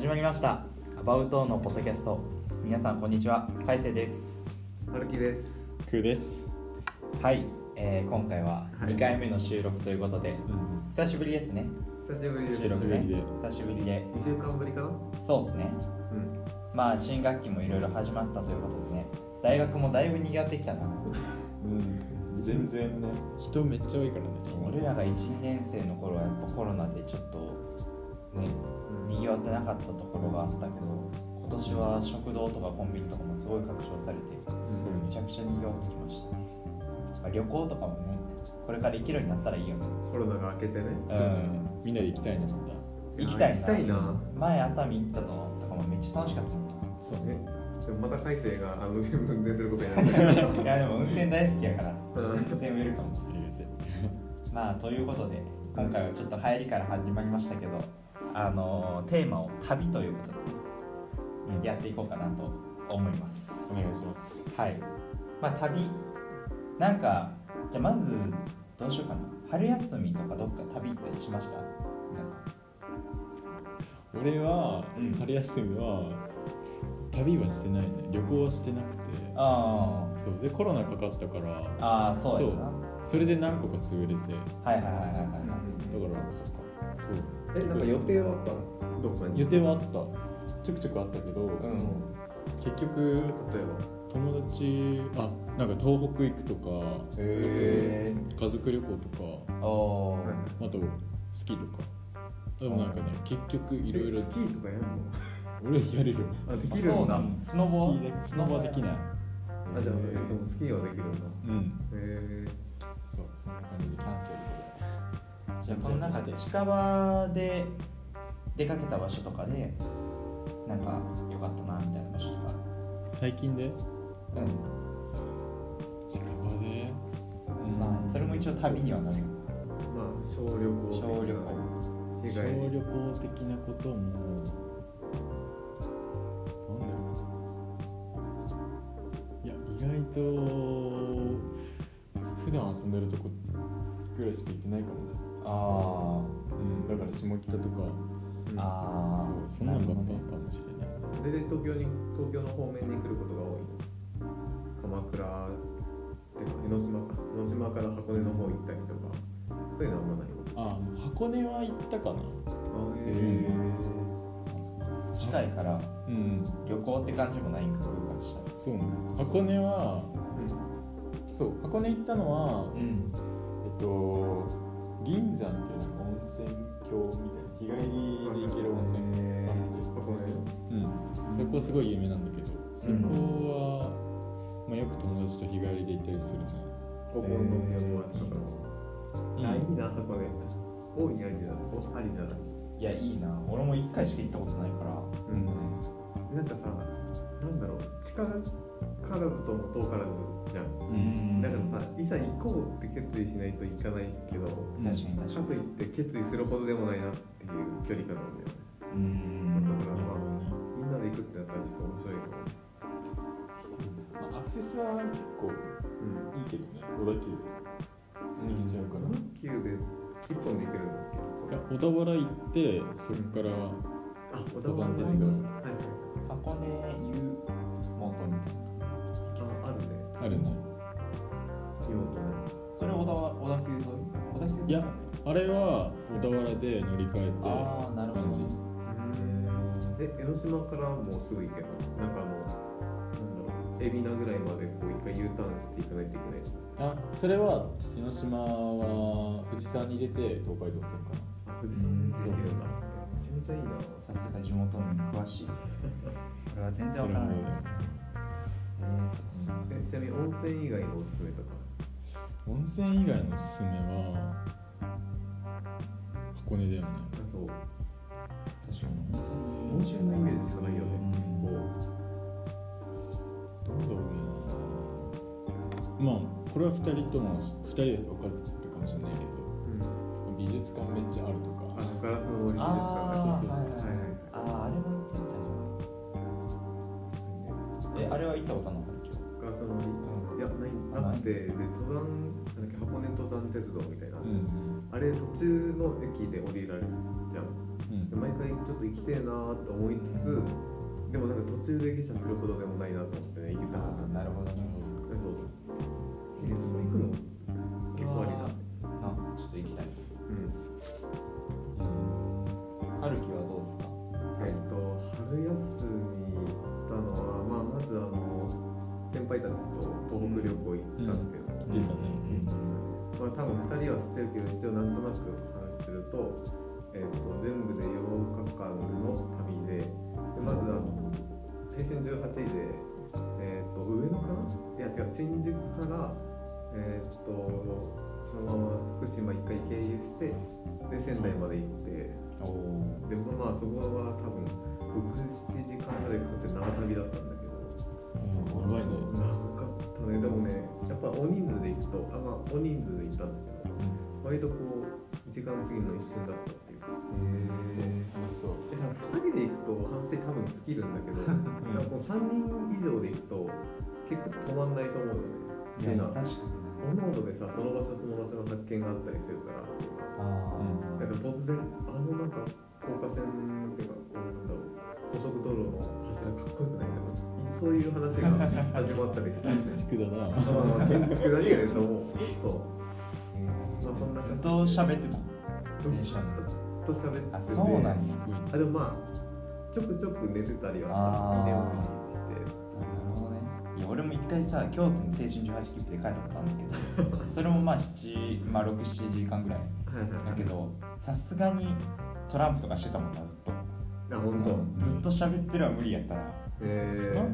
始まりましたアバウトのポッドキャスト。皆さんこんにちは、海星です。 春樹です。 クーです。 はい、今回は2回目の収録ということで、久しぶりですね。 久しぶりです。 収録ね、久しぶりで 2週間ぶりかな。 そうですね、まあ新学期もいろいろ始まったということでね、大学もだいぶ賑わってきたな。 全然ね、人めっちゃ多いからね。 俺らが 1,2 年生の頃はやっぱコロナでちょっとね、賑わってなかったところがあったけど、今年は食堂とかコンビニとかもすごい拡張されて、めちゃくちゃ賑わってきましたね。まあ、旅行とかもね、これから行けるようになったらいいよね。 コロナが明けてね。 みんなで行きたいな。 行きたいな。 行きたいな。 前熱海行ったのとかもめっちゃ楽しかったもん。 そうね。でもまた海星が全部運転することになってる。 いやでも運転大好きやから全然ウェルカムです。まあということで今回はちょっと入りから始まりましたけど、テーマを旅ということで、やっていこうかなと思います。 お願いします。 はい。まあ旅なんかじゃあまずどうしようかな。春休みとかどっか旅行ったりしました？ 俺は、春休みは旅はしてないね。旅行はしてなくて。そうでコロナかかったから。 そうやな。 それで何個か潰れて。 はい。だからそうなんか予定はあったの？どっかに？ 予定はあった。ちょくちょくあったけど、結局例えば友達なんか東北行くとか、家族旅行とか、あとスキーとか。でもなんかね、結局いろいろ。 スキーとかやるの？ 俺やるよ。 できるんだ。 スノボはできない。 じゃあでもスキーはできるんだ。 そう、そんな感じでキャンセルで。 じゃあこの中で近場で出かけた場所とかでなんか良かったなみたいな場所とか。 最近で？近場で。 まあそれも一応旅にはなるよ。 まあ小旅行的なことも。意外と普段遊んでるとこぐらいしか行ってないかもね。だから下北とか、そんなのばっかかもしれない。 で東京の方面に来ることが多いの？鎌倉ってか江ノ島から箱根の方行ったりとか、そういうのはあんまないの？ 箱根は行ったかな。 近いから、旅行って感じもないんか、空からしたら。 そうね。箱根は、箱根行ったのは、銀山っていうなんか温泉郷みたいな日帰りで行ける温泉があって、 箱根。 そこすごい有名なんだけど、そこは、よく友達と日帰りで行ったりするね。 お盆の友達とかも。いいな箱根。大いにありじゃない。 いやいいな。俺も1回しか行ったことないから。 なんかさ、なんだろう、近からずとも遠からずじゃん。だからさ、いざ行こうって決意しないと行かないけど、 確かにかといって決意するほどでもないなっていう距離感なんだよね。だからみんなで行くってなったらちょっと面白いかも。 アクセスは結構いいけどね。小田急で行けちゃうから。 小田急で1本で行けるんだっけ？ 小田原行ってそこから登山鉄道。 箱根湯本みたいな。 あるね。湯本ね。 それ小田急沿い？ いや、あれは小田原で乗り換えて。 なるほど。 江ノ島からもうすぐ行けるの？なんか海老名ぐらいまでこう一回 U ターンしていかないといけない。 それは江ノ島は富士山に出て東海道線かな。 富士山に出てるんだ。めちゃめちゃいいな。 さすが地元民詳しい。これは全然わからない。 ちなみに温泉以外のおすすめとか？ 温泉以外のおすすめは箱根だよね。 そう。 確かに温泉のイメージしかないよね。 どうだろうな。これは2人で分かるかもしれないけど、美術館めっちゃあるとか。 ガラスの森美術館が。 あれも行ってみたいな。あれは行ったことあるの？ ガラスの森？いや、なくて、で箱根登山鉄道みたいな。あれ途中の駅で降りられるじゃん。 で毎回ちょっと行きてえなと思いつつ、でもなんか途中で下車するほどでもないなと思ってね、行きたかった。 なるほどね。 そうそう。そこ行くの結構ありだ。 ちょっと行きたい。春樹はどうですか？ 春休み行ったのは、まず先輩たちと東北旅行行ったっていうのを言ってたね。 多分2人は知ってるけど、一応なんとなく話すると、全部で8日間の旅で、まず青春18で、上野かな？いや違う、新宿からそのまま福島1回経由して、で仙台まで行って、でまあそこは多分6-7時間ぐらいかかって長旅だったんだけど、 すごいね。 長かったね。でもね、やっぱ大人数で行くと、大人数で行ったんだけど、割とこう時間過ぎるの一瞬だったっていうか。 楽しそう。 2人で行くと反省多分尽きるんだけど、もう3人以上で行くと結構止まんないと思うよね。 いや確かに。 おのおのでさ、その場所その場所の発見があったりするから、だから突然なんか高架線っていうか、なんだろう、高速道路の柱かっこよくないとか、そういう話が始まったりして、 建築だな。 建築何やねんと思う。そう。そんなずっと喋ってた。 電車ずっと喋ってて。 そうなんや。 でもまあちょくちょく寝てたりはした。居眠りして。 なるほどね。いや俺も一回さ、京都に青春18切符で帰ったことあるんだけど、それもまあ6-7時間ぐらいだけど、さすがにトランプとかしてたもんな、ずっと。 本当。 ずっと喋ってるは無理やったな。 トラ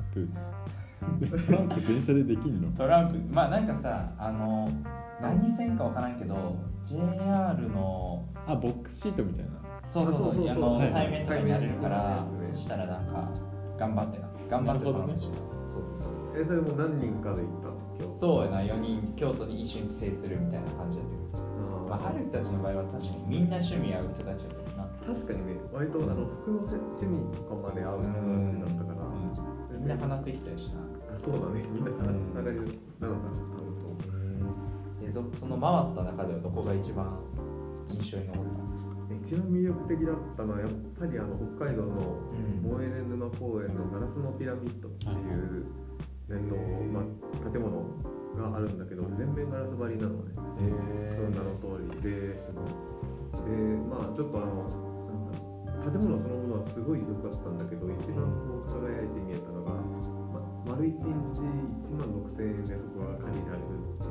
ンプ電車でできんの？ トランプ、まあなんかさ、何線かわからんけど JR のボックスシートみたいな。 そう対面とかになれるから、そしたらなんか頑張ってトランプしてた。そうそれも何人かで行ったの？ そうやな、4人京都に一緒に帰省するみたいな感じやったけど、まあ春樹たちの場合は確かにみんな趣味合う人たちやったな。 確かにね、割と服の趣味とかまで合う人たちだったから、 みんな話す人やしな。 そうだね、みんな話す流れなのかな、多分そう。 でその回った中ではどこが一番印象に残った？ 一番魅力的だったのはやっぱり北海道の燃える沼公園のガラスのピラミッドっていう、建物があるんだけど、全面ガラス張りなのね。その名の通りで、まあちょっと建物そのものはすごい良かったんだけど、一番こう輝いて見えたのが、丸1日16,000円でそこが借りられるっていう。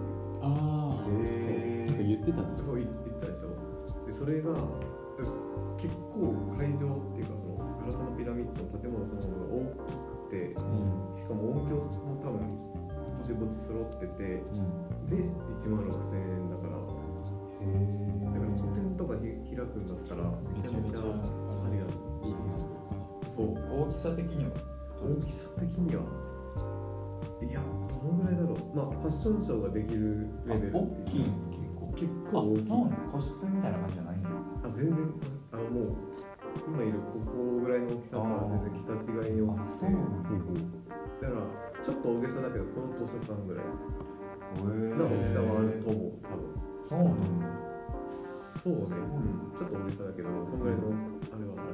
なんか言ってたんだ。 そう言ったでしょ。でそれが結構会場っていうか、そのガラスのピラミッドの建物そのものが大きくて、しかも音響も多分ぼちぼち揃ってて、で16,000円だから、だから個展とか開くんだったらめちゃめちゃありがとう。 いいっすね。 そう。 大きさ的には？ 大きさ的にはいや、どのぐらいだろう。まあファッションショーができるレベルっていう。結構大きい。 そうなの？個室みたいな感じじゃないんだ。 全然もう今いるここぐらいの大きさとは全然桁違いに大きくて、だからちょっと大げさだけどこの図書館ぐらいの大きさはあると思う、多分。 そうなんだ。 そうね、ちょっと大げさだけどそのぐらいのあれはある。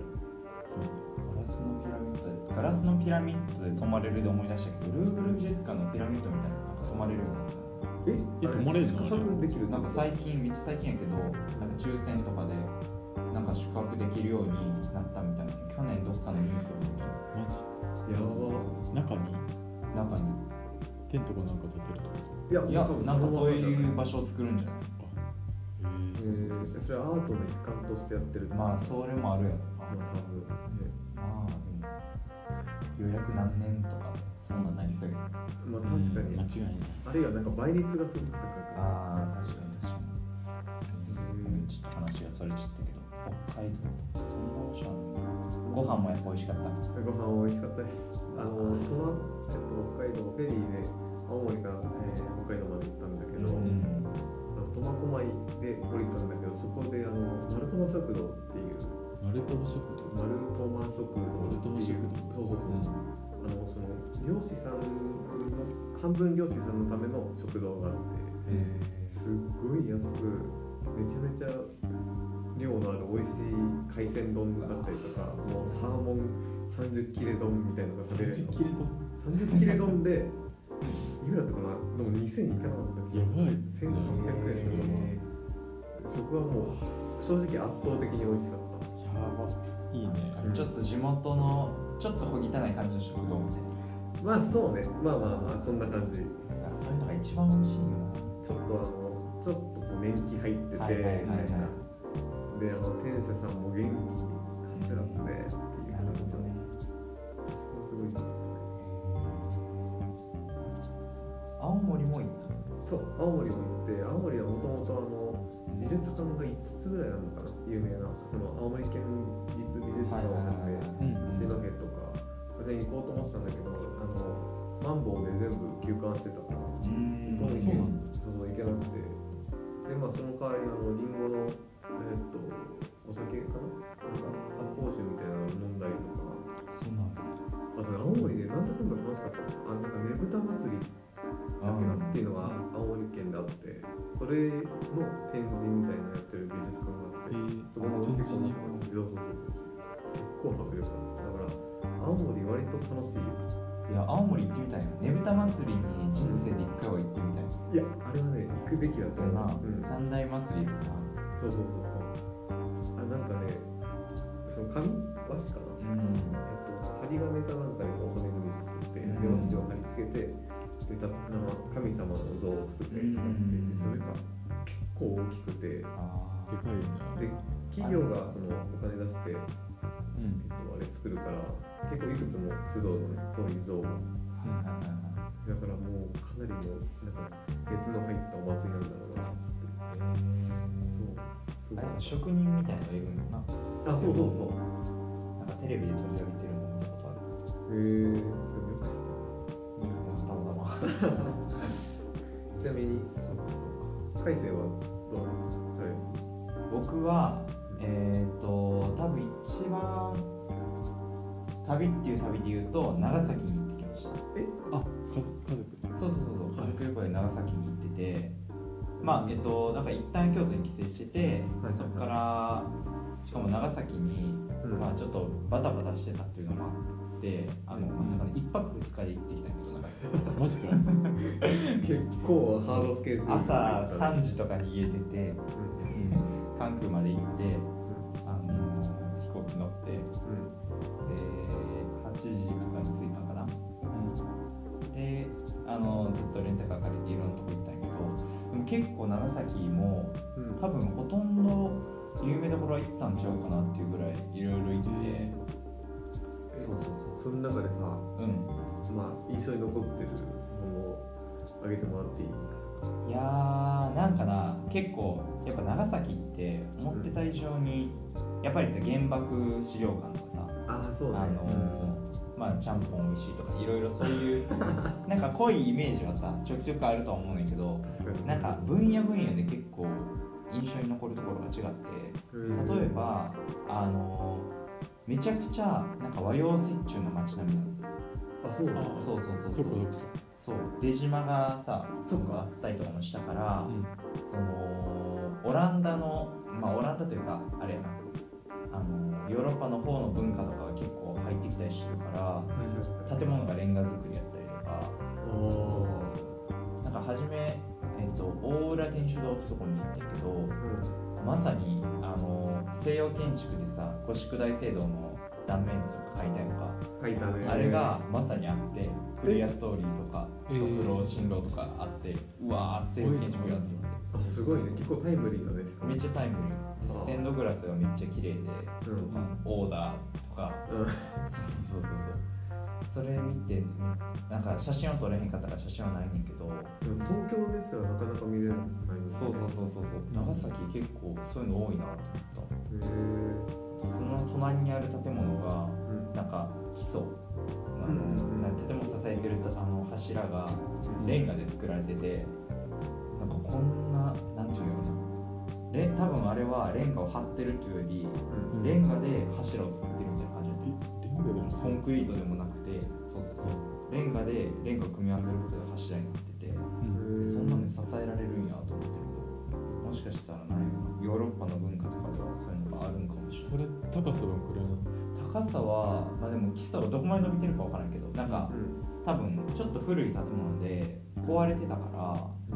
ガラスのピラミッドで泊まれるで思い出したけど、ルーブル美術館のピラミッドみたいなの泊まれるようなさ。 泊まれるの？ 宿泊できる。 なんかめっちゃ最近やけど、なんか抽選とかでなんか宿泊できるようになったみたいな。去年どっかのニュースを見たんですよ。 マジ？やば。中にテントかなんか建てるとか？ いや、なんかそういう場所を作るんじゃない？ それはアートの一環としてやってる。 まあそれもあるやろ。 多分ね。 まあでも予約何年とかそんななりそうやけど。 まあ確かに。 間違いない。 あるいはなんか倍率がすごく高いから。 確かに。ちょっと話がそれちゃったけど、北海道そんな場所あるの？ご飯もやっぱ美味しかった。 ご飯美味しかったです。北海道フェリーで青森から、北海道まで行ったんだけど、苫小牧で降りたんだけど、そこでマルトマ食堂っていう。 マルトマ食堂。 そう。その漁師さんの半分漁師さんのための食堂があって、すっごい安くめちゃめちゃ量のある美味しい海鮮丼だったりとか、もうサーモン30切れ丼みたいなのが食べれるの。30切れ丼でいくらだったかな。でも2000いかなかったっけ。 やばい。 1200円。そこはもう正直圧倒的に美味しかった。 やばいいね。 ちょっと地元のちょっと小汚い感じの食堂みたいな。 まあそうね、まあそんな感じ。 そういうのが一番美味しいよな。 ちょっとこう年季入っててみたいな。で店主さんも元気はつらつでっていう感じで、すごい。 青森も行った。 そう、青森も行って、青森はもともと美術館が5つぐらいあるのかな、有名な。その青森県立美術館をはじめ、八戸とかそれに行こうと思ってたんだけど、マンボウで全部休館してたから、そう行けなくて、でその代わりリンゴのお酒かな、発泡酒みたいなの飲んだりとか。 そうなんだ。 あと青森でなんだかんだ楽しかった。なんかねぶた祭りだっけなっていうのが青森県であって、それの展示みたいなのやってる美術館があって、そこも結構面白かった。結構迫力だった。だから青森割と楽しいよ。 いや、青森行ってみたいな。ねぶた祭りに人生で1回は行ってみたい。 いや、あれはね、行くべきだと思うな。 三大祭りよな。 そうなんかね、その紙和紙かな、針金かなんかで骨組み作って、で和紙を貼り付けて、で神様の像を作ったりとかして、でそれが結構大きくて、でかいよね。 で企業がそのお金出して、あれ作るから結構いくつも集うのね、そういう像を。だからもうかなりのなんか熱の入ったお祭りなんだろうなって。 職人みたいなのがいるんだな。 そうなんかテレビで取り上げてるの見たことある。 よく知ってたまたま。 ちなみに海星はどうあれです？ 僕は多分一番旅っていう旅で言うと長崎に行ってきました。 家族？ そう家族旅行で長崎に行ってて、なんか一旦京都に帰省してて、そこからしかも長崎に、ちょっとバタバタしてたっていうのもあって、まさかね1泊2日で行ってきたんだけど、 マジか。 結構ハードスケジュール。 朝3時とかに家出て、関空まで行って、飛行機乗って、8時とかに着いたのかな。でずっとレンタカー借りていろんなとこ行ったんやけど、でも結構長崎も、多分ほとんど有名どころは行ったんちゃうかなっていうぐらいいろいろ行って、 その中でさ、印象に残ってるものをあげてもらっていい？ いやー、なんかな、結構やっぱ長崎って思ってた以上に、やっぱりさ、原爆資料館とかさ、 そうね、 ちゃんぽん美味しいとかいろいろそういうなんか濃いイメージはさちょくちょくあるとは思うんだけど、なんか分野で結構印象に残るところが違って、例えばめちゃくちゃなんか和洋折衷な街並みなの。そう出島がさあったりとかもしたから、そのオランダのオランダというかあれやな、ヨーロッパの方の文化とかが結構入ってきたりしてるから、建物がレンガ造りやったりとか、なんか初め、大浦天主堂ってところに行ったけど、まさに西洋建築でさ五宿大聖堂の断面図とか書いたね、あれがまさにあって、クリアストーリーとか側廊新廊とかあって、うわー西洋建築やって思って、 すごいね、結構タイムリーだね。 めっちゃタイムリー。ステンドグラスがめっちゃ綺麗で、オーダーとか、それ見て、なんか写真を撮れへんかったから写真はないねんけど、 東京ですらなかなか見れないので、 長崎結構そういうの多いなと思った。その隣にある建物が、なんか基礎、建物支えてる柱がレンガで作られてて、なんかこんな、なんていうのかな、多分あれはレンガを張ってるというより、レンガで柱を作ってるみたいな感じで、コンクリートでもなくて、レンガを組み合わせることで柱になってて、そんなの支えられるんやと思ってるけど、面しかしたらないヨーロッパの文化とかではそういうのがあるんかもしれない。 それ高さどのくらいなの？ 高さは、まあ、でも基礎がどこまで伸びてるか分からんけど、なんか、多分ちょっと古い建物で壊れてたから、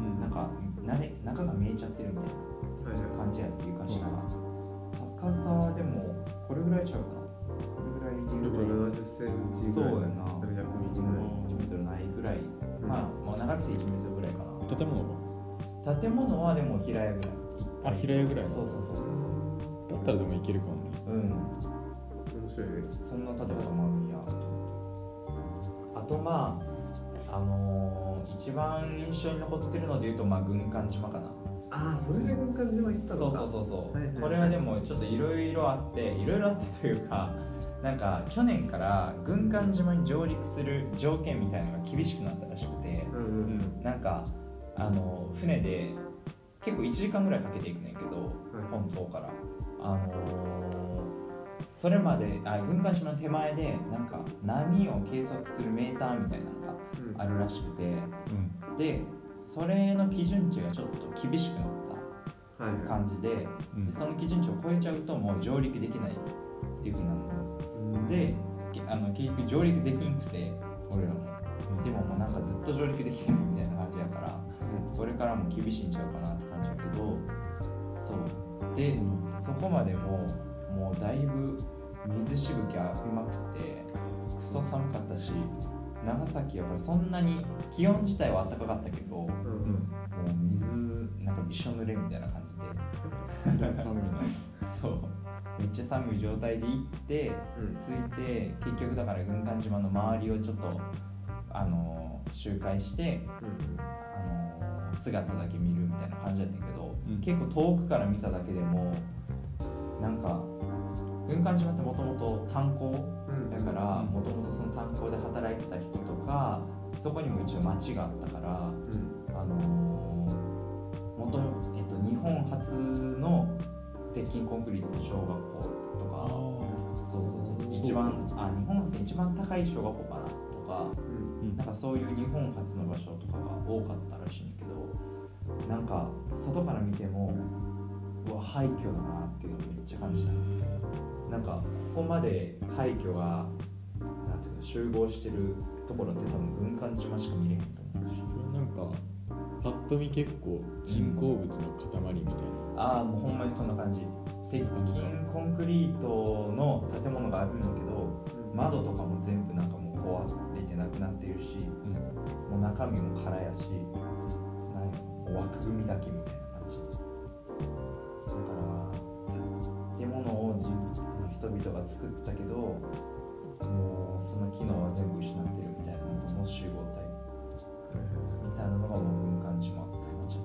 なんか中が見えちゃってるみたいな感じやっていうかしたら、高さはでもこれぐらいちゃうかな。これぐらいでいうと 70センチぐらい。 そうやな。1メートルないぐらい。まあもう長くて1メートルぐらいかな。建物はでも平屋ぐらい。 あ、平屋ぐらい。 そうだったらでもいけるかもね。 面白いね。 そんな建物もあるんやと思って。あとまあ一番印象に残ってるのでいうと、まあ軍艦島かな。 ああ、それで軍艦島行ったのか。 そう、これはでもちょっといろいろあってというか、なんか去年から軍艦島に上陸する条件みたいなのが厳しくなったらしくて、なんか船で結構1時間ぐらいかけていくねんけど、本島からそれまで軍艦島の手前でなんか波を計測するメーターみたいなのがあるらしくて、でそれの基準値がちょっと厳しくなった感じで、その基準値を超えちゃうともう上陸できないっていう風になるので、結局上陸できんくて俺らも、でももうなんかずっと上陸できてるみたいな感じやから、これからも厳しいんちゃうかなって感じやけど、そうで、そこまでもうだいぶ水しぶき浴びまくってクソ寒かったし、長崎はこれそんなに気温自体は暖かかったけど、もう水なんかびしょ濡れみたいな感じで、 それは寒いなそうめっちゃ寒い状態で行って、着いて結局だから軍艦島の周りをちょっと周回して、姿だけ見るみたいな感じだったけど、結構遠くから見ただけでもなんか軍艦島ってもともと炭鉱だから、もともとその炭鉱で働いてた人とか、そこにも一応町があったから、日本初の鉄筋コンクリートの小学校とか、一番日本初で一番高い小学校かなとか、なんかそういう日本初の場所とかが多かったらしいんだけど、なんか外から見てもうわ廃墟だなっていうのをめっちゃ感じた。なんかここまで廃墟がなんていうの集合してるところって多分軍艦島しか見れへんと思うし、 それなんかパッと見結構人工物の塊みたいな、 もうほんまにそんな感じ。鉄筋コンクリートの建物があるんだけど、窓とかも全部なんかもう壊れてなくなってるし、もう中身も空やし、枠組みだけみたいな感じだから、建物を人々が作ったけど、もうその機能は全部失ってるみたいなのの集合体みたいなのがもう軍艦島ってなっちゃった。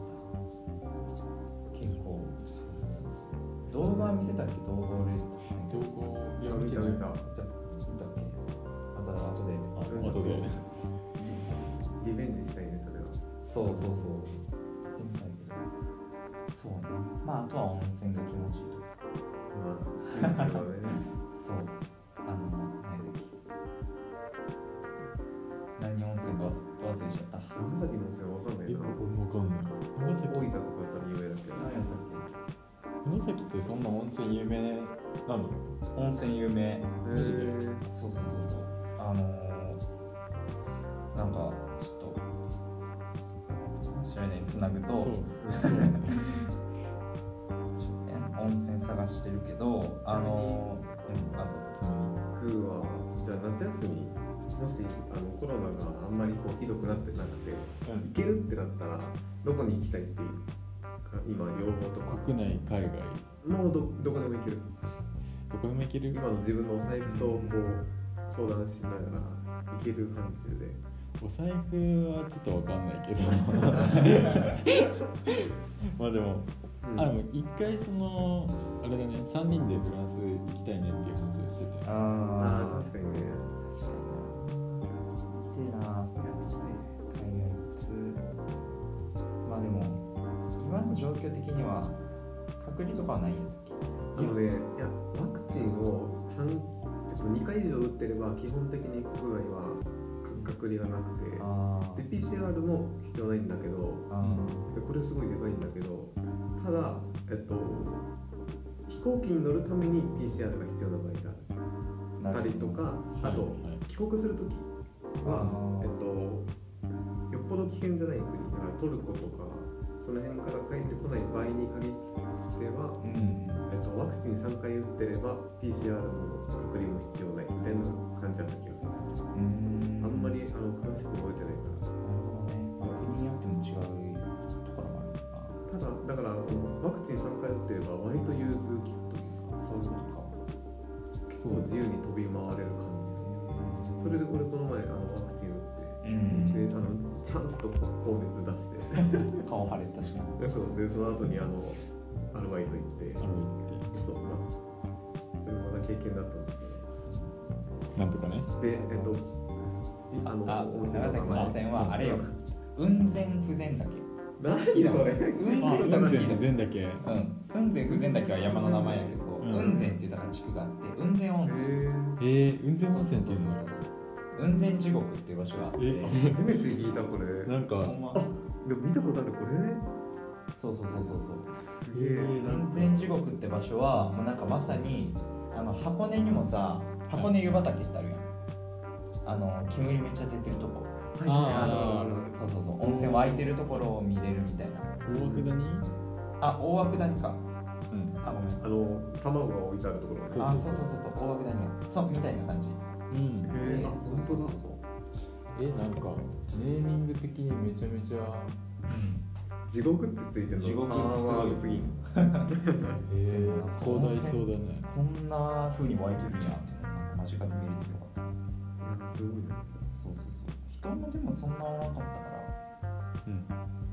結構動画見せたっけ？動画俺動画見た見たっけ？また後でリベンジしたいね、それは。 そうやってみたいけど、そうね。まああとは温泉が気持ちいいとか。 まあ、 そう。何温泉か忘れちゃった。 長崎の温泉わかんないな。 俺もわかんない。長崎大分とかだったら有名だけど。 何やったっけ？ 長崎ってそんな温泉有名なの？ 温泉有名。 マジで？ そう。なんかちょっと知らないつなぐと、温泉探してるけど、あと僕はじゃあ夏休みもしコロナがあんまりこうひどくなってなくて、行けるってなったらどこに行きたいっていう今要望とか。 国内海外もうどこでも行ける。 どこでも行ける。 今の自分のお財布とこう相談しながら行ける範疇で。 お財布はちょっとわかんないけどまあでも、一回そのあれだね、3人でフランス行きたいねっていう話をしてて。 確かにね。 確かに行きてえな。海外まあでも今の状況的には隔離とかはないんやったっけ？ いやワクチンを2回以上打ってれば基本的に国外は隔離がなくて、で PCR も必要ないんだけど、これすごいでかいんだけど、 ただ、飛行機に乗るために PCR が必要な場合があったりとか、あと、帰国するときは、よっぽど危険じゃない国、だからトルコとかその辺から帰ってこない場合に限っては、ワクチン3回打ってれば PCR の隔離も必要ないみたいな感じだった気がするんです。あんまり詳しく覚えてないから。 なるほどね。国によっても違うところもあるかな。 ただだからワクチン3回打ってれば割と融通きくというか、 そういうことか。 結構自由に飛び回れる感じですね。それでこの前ワクチン打って、でちゃんと高熱出して顔腫れたしかでその後にアルバイト行ってそう、それもまだ経験だったんですけど、 なんとかね。 で長崎の温泉はあれよ、雲仙不全岳。 何それ？ 雲仙不全岳。 雲仙不全岳は山の名前やけど、雲仙っていう地区があって、雲仙温泉。 雲仙温泉っていうの？ 雲仙地獄っていう場所があって、 初めて聞いたこれ。 なんかでも見たことあるこれね。 そう。雲仙地獄って場所はもうなんかまさに箱根にもさ、箱根湯畑ってあるやん。煙めっちゃ出てるとこ。そう温泉湧いてるところを見れるみたいな。 大涌谷？ 大涌谷か。 ごめん。卵が置いてあるところ。 そう大涌谷。そうみたいな感じ。そうなんかネーミング的にめちゃめちゃ地獄ってついてるの。 地獄ってすごいすぎん。 壮大そうだね。 こんな風に湧いてるんやって間近で見れてよかった。 すごいね。 そう人もでもそんな多かったから、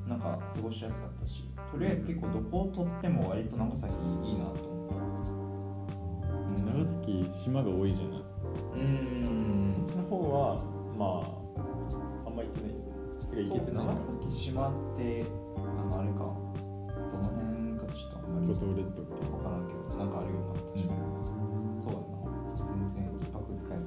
なんか過ごしやすかったし、とりあえず結構どこを取っても割と長崎いいなと思った。 長崎島が多いじゃない。そっちの方はあんま行ってない。行けてない。 長崎島ってあれか、どの辺かちょっとあんまり五島列島分からんけど、なんかあるような確かに。そうやな、全然一泊使えない。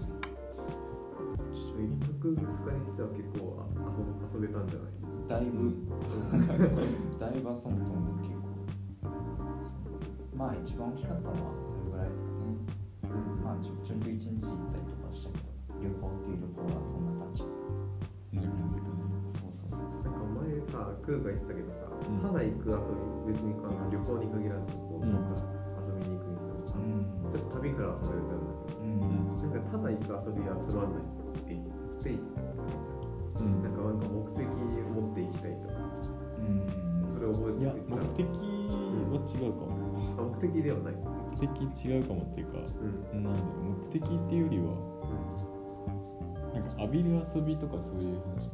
1泊2日にしては結構遊べたんじゃない？ だいぶだいぶ遊んだと思う。結構一番大きかったのはそれぐらいですかね。ちょっと1日行ったりとかしたけど、旅行っていう旅行はそんな感じ。 なんか前さ、クーが言ってたけどさ、ただ行く遊び、別に旅行に限らずどっか遊びに行くにしてもさ、ちょっと旅から遊べるじゃん。なんかただ行く遊びはつまんないって言ってなんか目的を持って行きたいとか、それを覚えてる。 目的は違うかも。 目的ではない。 目的違うかもっていうか、目的っていうよりは、なんか浴びる遊びとかそういう話。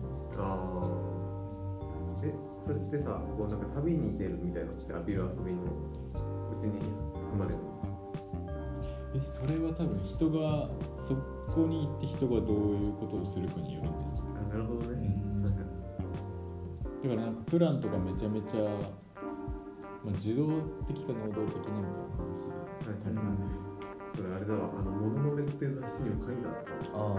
それってさ、なんか旅に出るみたいなのって浴びる遊びのうちに含まれるの？ それは多分人がそこに行って人がどういうことをするかによるんじゃない？ なるほどね。 だからなんかプランとかめちゃめちゃ、受動的か能動的なみたいな話で。 それあれだわ、もののめっていう雑誌にも書いてあった。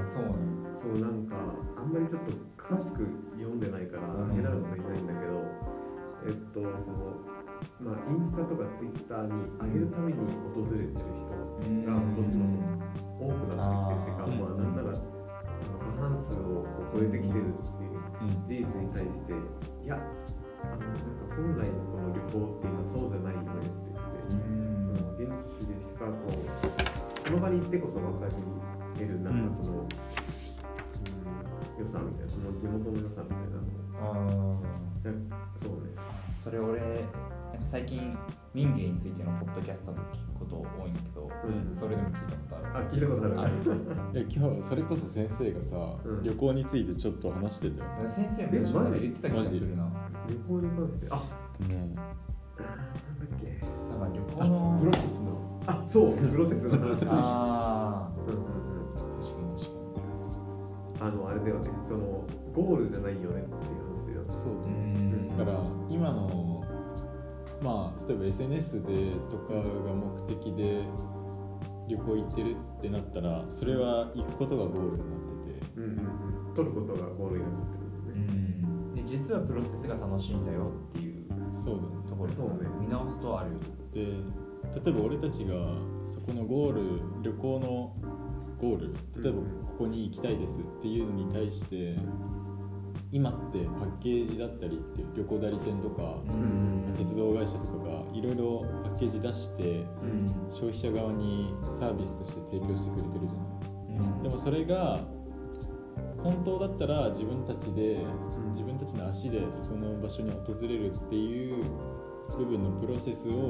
そうね。 そうなんかあんまりちょっと詳しく読んでないから下手なこと言えないんだけど、インスタとかツイッターに上げるために訪れてる人がどっちも多くなってきてるっていうか、なんなら過半数を超えてきてるっていう事実に対して、いやなんか本来のこの旅行っていうのはそうじゃないよねって言って、現地でしかその場に行ってこそ分かり得るなんか良さみたいな、その地元の良さみたいなの。そうね。 それ俺なんか最近民芸についてのポッドキャストとか聞くこと多いんだけど、それでも聞いたことある。 聞いたことある。 今日それこそ先生がさ、旅行についてちょっと話してたよ。 先生もマジで言ってた気がするな。 旅行に関してなんだっけ。 だから旅行のプロセスのそうプロセスの話。 確かに確かに。 あれだよね。そのゴールじゃないよねっていう話だよね。 そう。だから今の例えば SNS でとかが目的で旅行行ってるってなったら、それは行くことがゴールになってて、 取ることがゴールになっちゃってるんだよね。 で実はプロセスが楽しいんだよっていうそうだねところそうね見直すとあるよ。 で例えば俺たちがそこのゴール旅行のゴール例えばここに行きたいですっていうのに対して今ってパッケージだったりって旅行代理店とか、鉄道会社とかがいろいろパッケージ出して、消費者側にサービスとして提供してくれてるじゃない、でもそれが本当だったら自分たちの足でそこの場所に訪れるっていう部分のプロセスの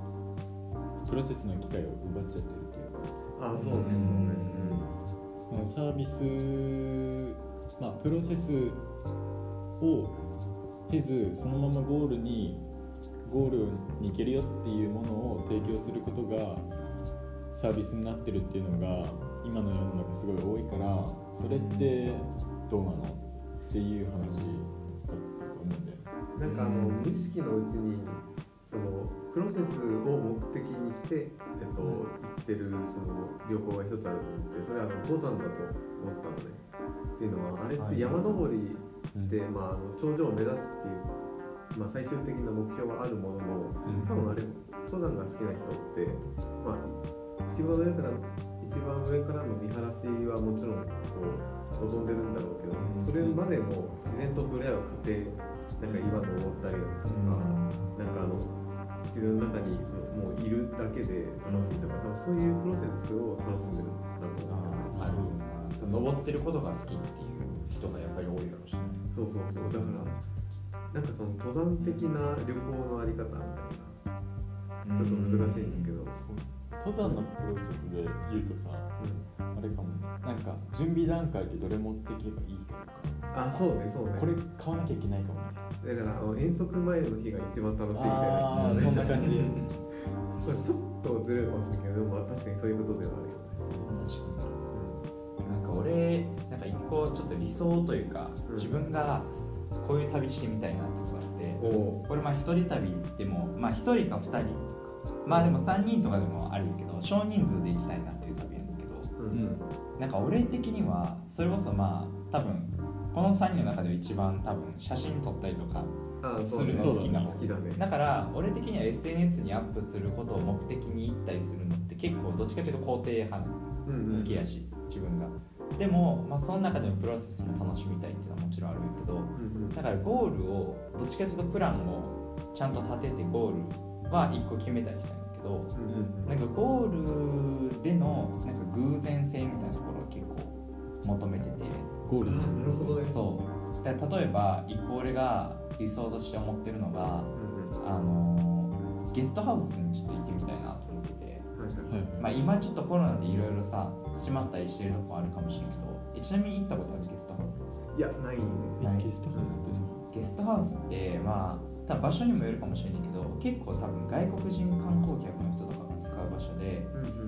機会を奪っちゃってるっていうか、 そうねこのサービス、プロセスを経ずそのままゴールに行けるよっていうものを提供することがサービスになってるっていうのが今の世の中すごい多いから、それってどうなのっていう話だったと思うんだよ。 なんか無意識のうちにそのプロセスを目的にして行ってるその旅行が一つあると思って、それは登山だと思ったのね。っていうのはあれって山登りして、頂上を目指すっていう、最終的な目標はあるものの、多分あれ登山が好きな人って、一番上からの見晴らしはもちろん望んでるんだろうけど、それまでも自然と触れ合う過程、なんか岩登ったりだとか、自然の中にもういるだけで楽しいとか、そういうプロセスを楽しんでるなと思う。 あるよな。登ってることが好きっていう人がやっぱり多いだろうしね。 そうだからなんかその登山的な旅行のあり方みたいな、ちょっと難しいんだけど、 登山のプロセスで言うとさ、あれかもね、なんか準備段階でどれ持っていけばいいかとか、 そうねこれ買わなきゃいけないかもね。 だから遠足前の日が一番楽しいみたいな、 そんな感じちょっとずれるかもしれないけど、でも確かにそういうことではあるよね。 確かに。なんか俺一個ちょっと理想というか、自分がこういう旅してみたいなってことがあって、これ一人旅でも1人か2人とか、でも3人とかでもあるけど少人数で行きたいなっていう旅なんだけど、なんか俺的にはそれこそ多分この3人の中では一番多分写真撮ったりとかするの好きなの。だから俺的には SNS にアップすることを目的に行ったりするのって結構どっちかというと肯定派好きやし、自分がでも、その中でのプロセスも楽しみたいっていうのはもちろんあるんやけど、だからゴールをどっちかというとプランをちゃんと立ててゴールは1個決めたりしたいんだけど、なんかゴールでのなんか偶然性みたいなところを結構求めてて、 ゴールなるほどね。 そうだから例えば1個俺が理想として思ってるのが、ゲストハウスにちょっと行ってみたいなと思ってて、今ちょっとコロナでいろいろさ閉まったりしてるとこあるかもしれんけど、ちなみに行ったことあるゲストハウス？ いや、ないね。 ゲストハウスってゲストハウスって多分場所にもよるかもしれないけど、結構多分外国人観光客の人とかが使う場所で、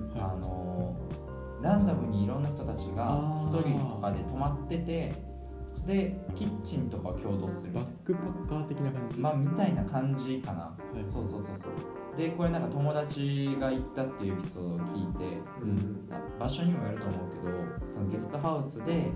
ランダムにいろんな人たちが1人とかで泊まってて、でキッチンとかを共同するバックパッカー的な感じ、 みたいな感じかな、そうでこれなんか友達が行ったっていうエピソードを聞いて、場所にもよると思うけど、そのゲストハウスで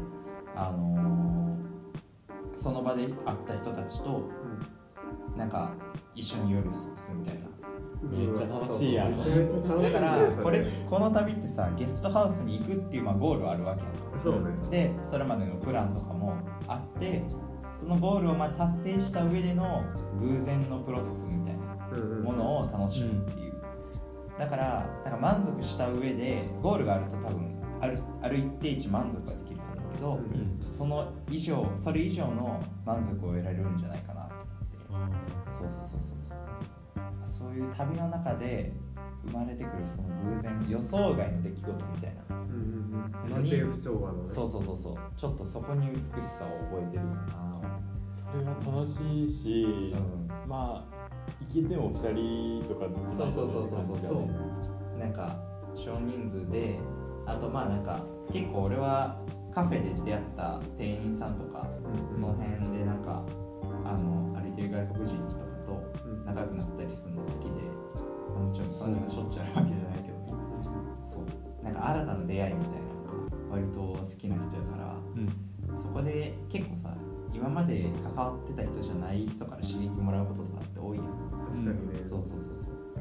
その場で会った人たちとなんか一緒に夜過ごすみたいな、 めっちゃ楽しいやん。 だからこの旅ってさ、ゲストハウスに行くっていうゴールはあるわけやん。 そうね。 でそれまでのプランとかもあって、そのゴールを達成した上での偶然のプロセスみたいなものを楽しむっていう、だから満足した上でゴールがあると多分ある一定値満足ができると思うけど、それ以上の満足を得られるんじゃないかなと思って、そういう旅の中で生まれてくるその偶然予想外の出来事みたいなのに、そうちょっとそこに美しさを覚えてるよな。 それは楽しいし、行けても2人とかでなんか少人数で、あとなんか結構俺はカフェで出会った店員さんとか、その辺でなんか歩いてる外国人とかと仲良くなったりするの好きで、もちろんそんなのがしょっちゅうあるわけじゃないけど、なんか新たな出会いみたいなのが割と好きな人やから、そこで結構さ、今まで関わってた人じゃない人から刺激もらうこととかって多いやん。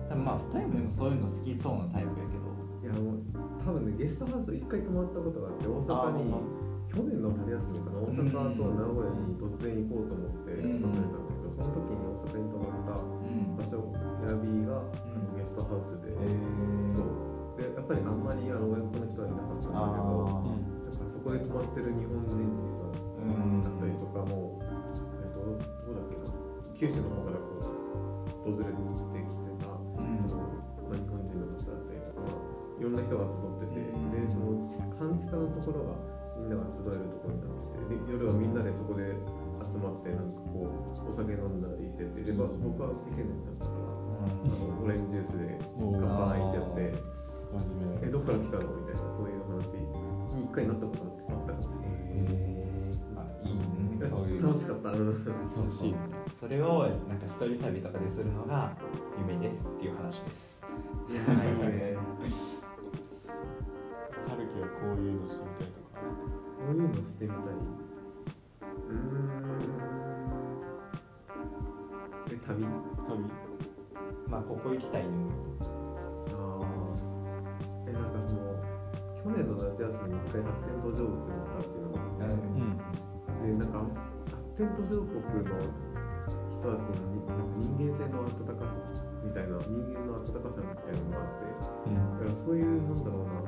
多分まあ2人もでもそういうの好きそうなタイプやけど、 いやもう多分ねゲストハウス1回泊まったことがあって、大阪に去年の春休みかな、大阪と名古屋に突然行こうと思って訪れたんだけど、その時に大阪に泊まった場所、エアビーがゲストハウスで、そうでやっぱりあんまり親子の人はいなかったんだけど、なんかそこで泊まってる日本人の人だったりとかも、どうだっけな、九州の方からこう訪れてきてた、日本人の方だったりとか、いろんな人が集ってて、でその半地下のところがみんなが集えるところになってて、で夜はみんなでそこで集まってなんかこうお酒飲んだりしてて、で、僕は未成年だったから、オレンジジュースで乾杯ってやって、どっから来たのみたいな、そういう話に一回なったことあったかもしれない。 まあいいね、そういう楽しかった。楽しい。 それをなんか一人旅とかでするのが夢ですっていう話です。 いやいいね。 春樹はこういうのしてみたいとか。 こういうのしてみたい。旅。 まあここ行きたいね。 なんかその去年の夏休みに一回発展途上国に行ったっていうのがあって、でなんか発展途上国の人たちの人間性の温かさみたいな、人間の温かさみたいなのがあって、だからそういうなんだろうな、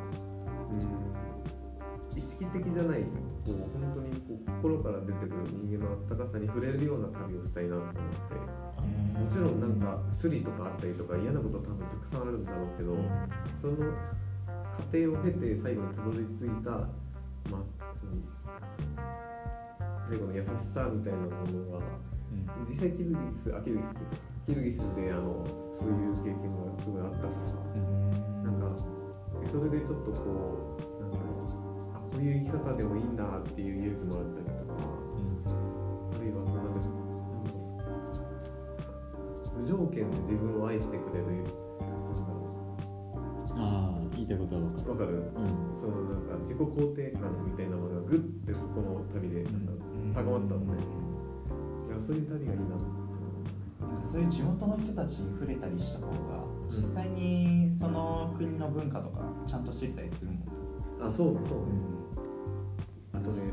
意識的じゃない、こう本当にこう心から出てくる人間の温かさに触れるような旅をしたいなと思って。もちろんなんかスリとかあったりとか嫌なこと多分たくさんあるんだろうけど、その過程を経て最後にたどり着いた、まあ、その最後の優しさみたいなものが、実際キルギスでそういう経験がすごいあったから、なんかそれでちょっとこうなんだろう、こういう生き方でもいいんだっていう勇気もらったりとか、あるいはなんか無条件で自分を愛してくれる、 言いたいことは分かる、そのなんか自己肯定感みたいなものがグッてそこの旅でなんか高まったのね。いやそういう旅がいいな。 なんかそういう地元の人たちに触れたりした方が実際にその国の文化とかちゃんと知れたりするもん。 そうね。あとね、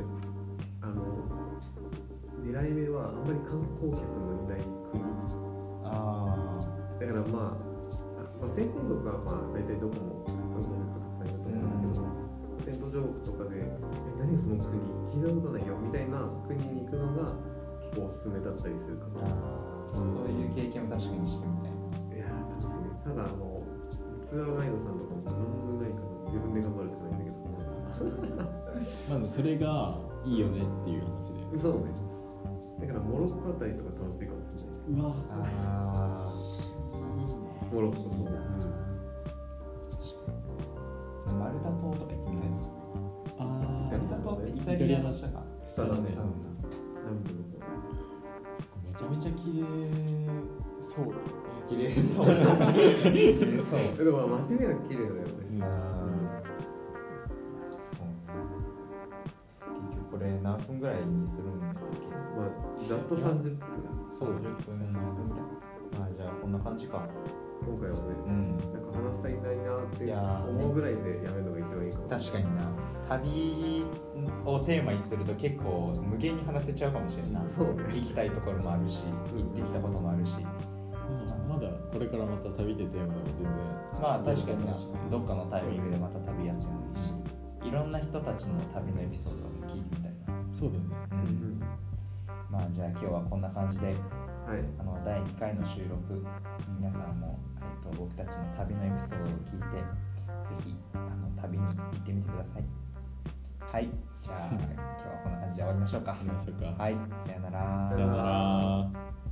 狙い目はあんまり観光客のいない国。だからまあ先進国はまあ大体どこも観光客たくさんいると思うんだけど、発展途上国とかで何その国聞いたことないよみたいな国に行くのが結構おすすめだったりするかも。 そういう経験も確かにしてみたい。 いや楽しみ。ただツアーガイドさんとかも何もないから自分で頑張るしかないんだけどまずそれがいいよねっていう話で。 そうね。だからモロッコあたりとか楽しいかもしれない。モロッコそう。 マルタ島とか行ってみたいな。マルタ島ってイタリアの下か。 下だね。南部の方。 めちゃめちゃ綺麗そうだよね。 綺麗そう。 でも間違いなく綺麗だよね。 結局これ何分ぐらいにするんだっけ？ ざっと30分。 そう10分ぐらい。じゃあこんな感じか。 今回はね、なんか話したいないなって思うぐらいでやめるのが一番いいかも。 確かにな。旅をテーマにすると結構無限に話せちゃうかもしれないな。 そうね。 行きたいところもあるし、行ってきたこともあるし。 まだこれからまた旅でテーマでも全然。 まあ確かにな。どっかのタイミングでまた旅やってもいいし、いろんな人たちの旅のエピソードを聞いてみたいな。 そうだね。 じゃあ今日はこんな感じで。第2回の収録、皆さんも、僕たちの旅のエピソードを聞いて、ぜひ旅に行ってみてください。はい、じゃあ今日はこんな感じで終わりましょうか。はい、さよなら。 さよなら。